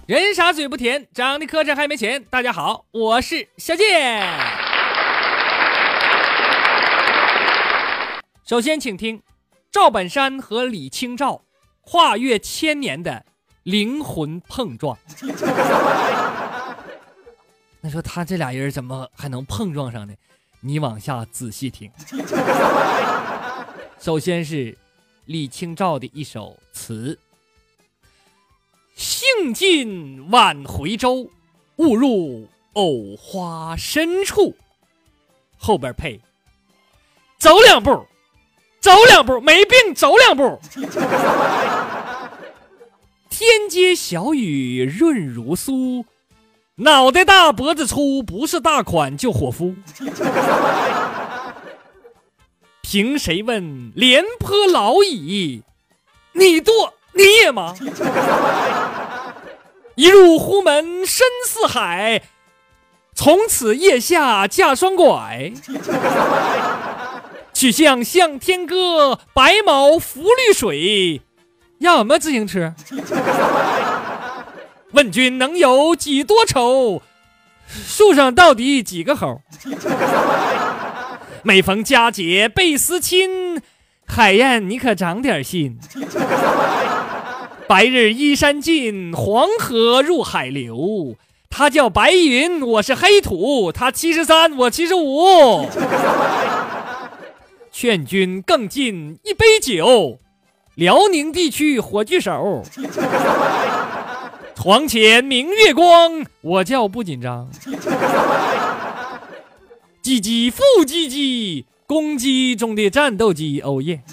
人傻嘴不甜，长得磕碜还没钱。大家好，我是小健。首先请听赵本山和李清照跨越1000年的灵魂碰撞。那说他这俩人怎么还能碰撞上呢？你往下仔细听。首先是李清照的一首词：兴尽晚回舟，误入藕花深处。后边配走两步，走两步，没病走两步。天街小雨润如酥，脑袋大脖子粗，不是大款就伙夫。凭谁问廉颇老矣，你堕你也忙。一入忽门深似海，从此腋下架双拐。曲项向天歌，白毛浮绿水。要什么自行车？问君能有几多愁，树上到底几个猴？每逢佳节倍思亲，海燕你可长点心。白日依山尽，黄河入海流。他叫白云，我是黑土，他73，我75。劝君更尽一杯酒，辽宁地区火炬手。床前明月光，我叫不紧张。唧唧复唧唧，公鸡中的战斗机，哦耶！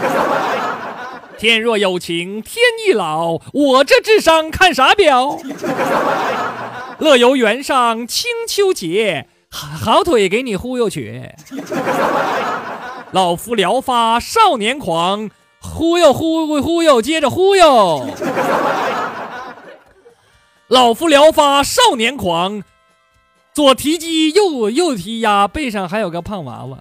天若有情天亦老，我这智商看啥表？乐游原上清秋节，好腿给你忽悠瘸。老夫聊发少年狂，忽悠接着忽悠。老夫聊发少年狂，左提鸡右提鸭，背上还有个胖娃娃。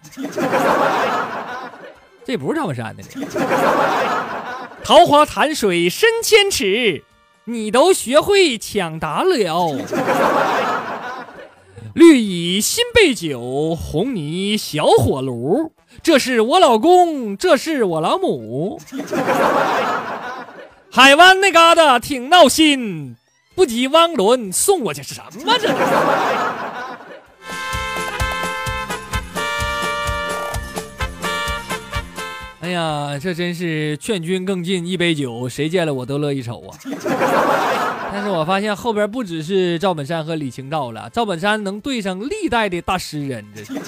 这不是赵本山的。桃花潭水深千尺，你都学会抢答了。绿蚁新备酒，红泥小火炉。这是我老公，这是我老母。海湾那嘎达挺闹心，不及汪伦送我去，是什么这？哎呀，这真是劝君更尽一杯酒，谁见了我都乐意瞅啊。但是我发现后边不只是赵本山和李清照了，赵本山能对上历代的大诗人，这是。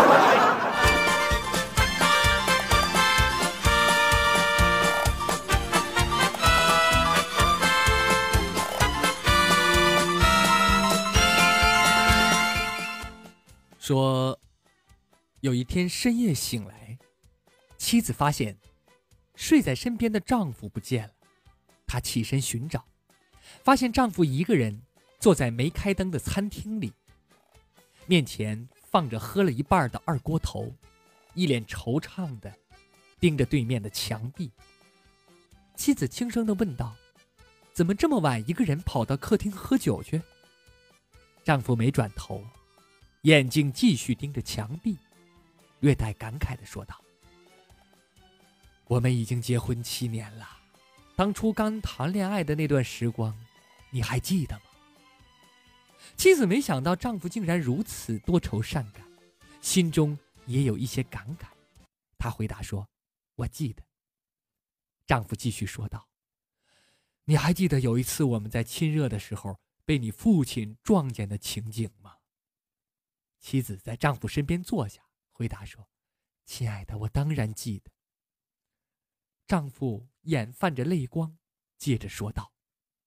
说有一天深夜醒来，妻子发现睡在身边的丈夫不见了。她起身寻找，发现丈夫一个人坐在没开灯的餐厅里，面前放着喝了一半的二锅头，一脸惆怅地盯着对面的墙壁。妻子轻声地问道：怎么这么晚一个人跑到客厅喝酒去？丈夫没转头，眼睛继续盯着墙壁，略带感慨地说道：我们已经结婚7年了，当初刚谈恋爱的那段时光，你还记得吗？妻子没想到丈夫竟然如此多愁善感，心中也有一些感慨。她回答说：我记得。丈夫继续说道：你还记得有一次我们在亲热的时候被你父亲撞见的情景吗？妻子在丈夫身边坐下，回答说：亲爱的，我当然记得。丈夫眼泛着泪光，接着说道：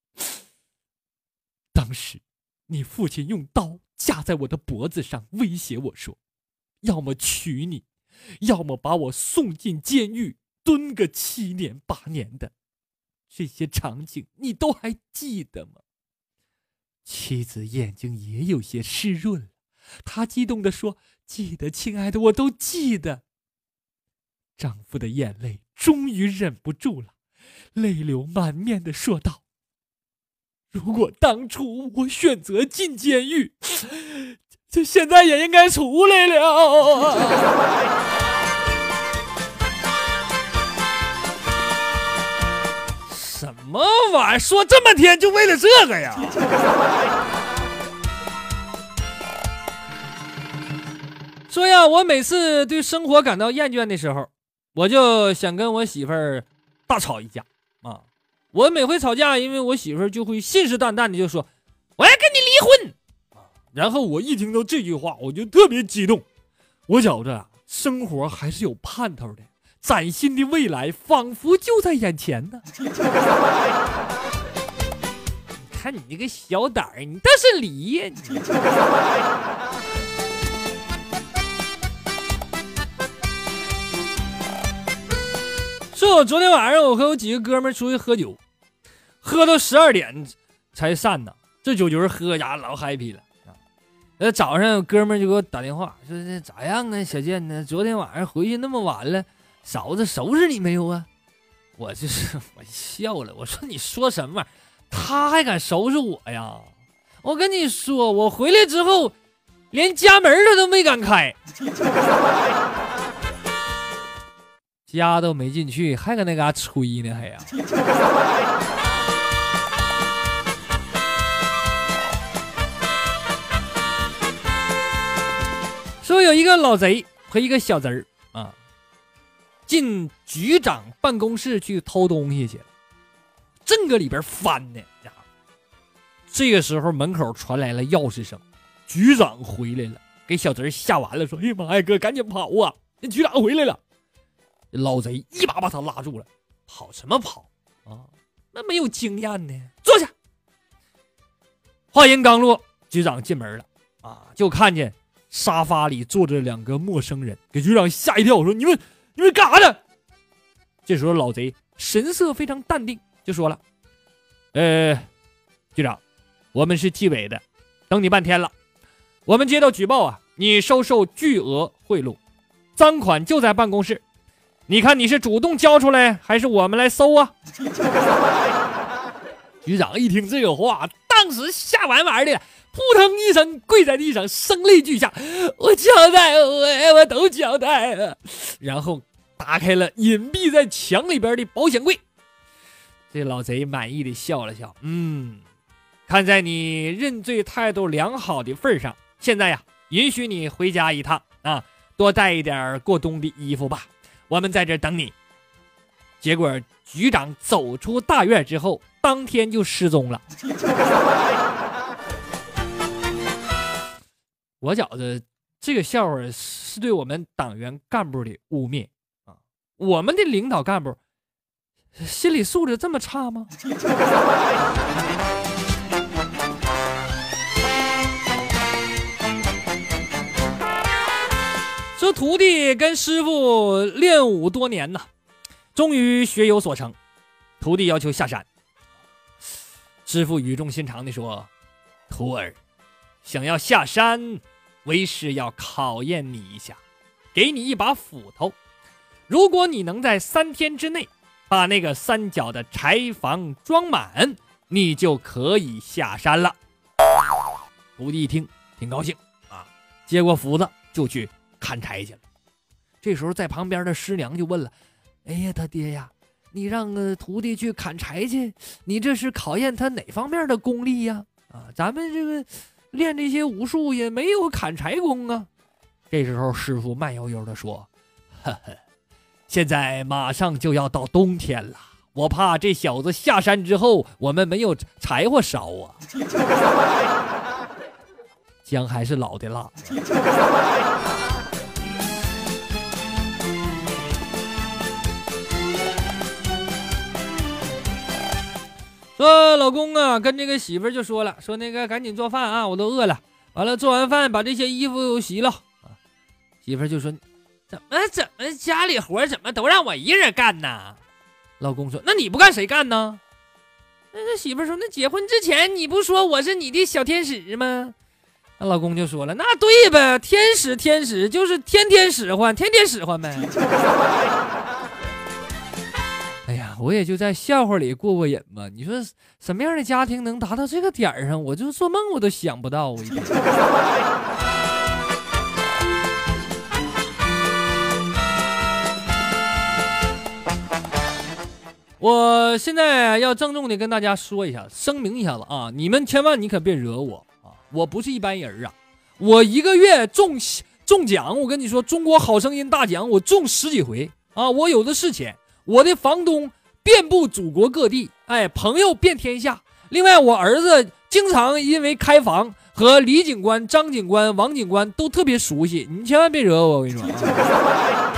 当时你父亲用刀架在我的脖子上，威胁我说要么娶你，要么把我送进监狱蹲个7年8年的。这些场景你都还记得吗？妻子眼睛也有些湿润了，她激动地说：记得，亲爱的，我都记得。丈夫的眼泪终于忍不住了，泪流满面地说道： 如果当初我选择进监狱，这现在也应该出来了。什么玩意儿？说这么天就为了这个呀？说呀，我每次对生活感到厌倦的时候，我就想跟我媳妇儿大吵一架啊！我每回吵架，因为我媳妇儿就会信誓旦旦的就说我要跟你离婚，然后我一听到这句话，我就特别激动，我觉着生活还是有盼头的，崭新的未来仿佛就在眼前呢。看你这个小胆儿，你倒是离呀你！说我昨天晚上我和我几个哥们出去喝酒，喝到12点才散呢。这酒局喝呀老 happy 了。早上哥们就给我打电话说这咋样啊，小健呢？昨天晚上回去那么晚了，嫂子收拾你没有啊？我笑了，我说你说什么？他还敢收拾我呀？我跟你说，我回来之后连家门他都没敢开。家都没进去，还搁那嘎吹呢，还呀！说有一个老贼和一个小贼啊，进局长办公室去偷东西去了，正搁里边翻呢。这个时候门口传来了钥匙声，局长回来了，给小贼吓完了，说：“哎呀妈呀，哥，赶紧跑啊！那局长回来了。”老贼一把把他拉住了，跑什么跑啊？那没有经验呢，坐下。话音刚落，局长进门了啊，就看见沙发里坐着2个陌生人，给局长吓一跳，说：“你们干啥呢？”这时候老贼神色非常淡定，就说了：“局长，我们是纪委的，等你半天了。我们接到举报啊，你收受巨额贿赂，赃款就在办公室。你看你是主动交出来，还是我们来搜啊？”局长一听这个话，当时吓完的了，扑腾一声跪在地上，声泪俱下：“我交代，我都交代了。”然后打开了隐蔽在墙里边的保险柜。这老贼满意的笑了笑，看在你认罪态度良好的份上，现在呀，允许你回家一趟啊，多带一点过冬的衣服吧。我们在这等你。结果局长走出大院之后，当天就失踪了。我觉着这个笑话是对我们党员干部的污蔑啊！我们的领导干部心理素质这么差吗？说徒弟跟师傅练武多年呐，终于学有所成，徒弟要求下山。师傅语重心长地说：“徒儿，想要下山，为师要考验你一下，给你一把斧头。如果你能在3天之内把那个3角的柴房装满，你就可以下山了。”徒弟一听挺高兴啊，接过斧子就去砍柴去了。这时候在旁边的师娘就问了：“哎呀，他爹呀，你让徒弟去砍柴去，你这是考验他哪方面的功力呀？啊，咱们这个练这些武术也没有砍柴功啊。”这时候师傅慢悠悠地说：“呵呵，现在马上就要到冬天了，我怕这小子下山之后我们没有柴火烧啊。”姜还是老的辣。说老公啊，跟这个媳妇儿就说了，说那个赶紧做饭啊，我都饿了。完了做完饭把这些衣服洗了。媳妇儿就说：“怎么家里活怎么都让我一人干呢？”老公说：“那你不干谁干呢？”那媳妇儿说：“那结婚之前你不说我是你的小天使吗？”那老公就说了：“那对呗，天使就是天天使唤呗。”哎呀， 我也就在笑话里过瘾嘛。你说什么样的家庭能达到这个点儿上？我就做梦我都想不到。我现在要郑重的跟大家说一下，声明一下子啊，你们千万你可别惹我啊！我不是一般人啊，我一个月中奖，我跟你说，中国好声音大奖我中10几回啊！我有的是钱，我的房东遍布祖国各地，哎，朋友遍天下。另外，我儿子经常因为开房和李警官、张警官、王警官都特别熟悉，你千万别惹我，我跟你说啊。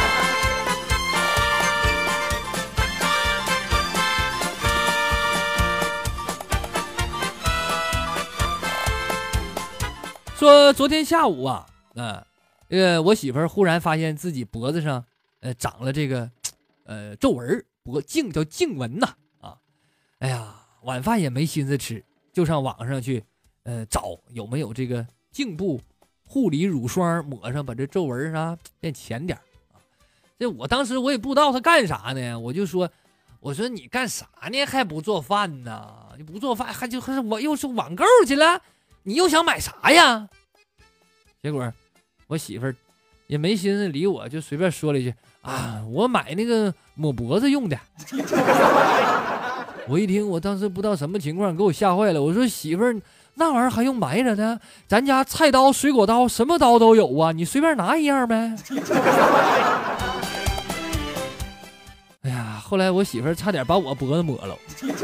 说昨天下午啊，我媳妇儿忽然发现自己脖子上，长了这个，皱纹，叫颈纹呐，啊，哎呀，晚饭也没心思吃，就上网上去，找有没有这个颈部护理乳霜抹上，把这皱纹啊变浅点啊。这我当时我也不知道他干啥呢，我说你干啥呢？还不做饭呢？你不做饭还是我又是网购去了？你又想买啥呀？结果我媳妇儿也没心思理我，就随便说了一句啊，我买那个抹脖子用的。我一听，我当时不知道什么情况，给我吓坏了。我说媳妇儿，那玩意儿还用买着呢？咱家菜刀、水果刀，什么刀都有啊，你随便拿一样呗。哎呀，后来我媳妇儿差点把我脖子抹了。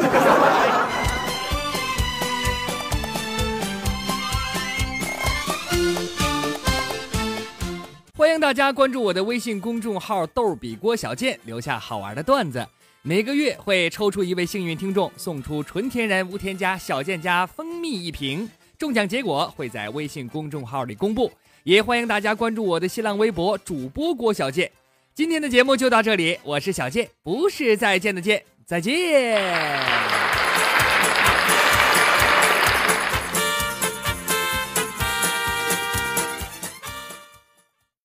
欢迎大家关注我的微信公众号逗比郭小贱，留下好玩的段子，每个月会抽出一位幸运听众，送出纯天然无添加小贱家蜂蜜1瓶，中奖结果会在微信公众号里公布，也欢迎大家关注我的新浪微博主播郭小贱。今天的节目就到这里，我是小贱，不是再见的见，再见。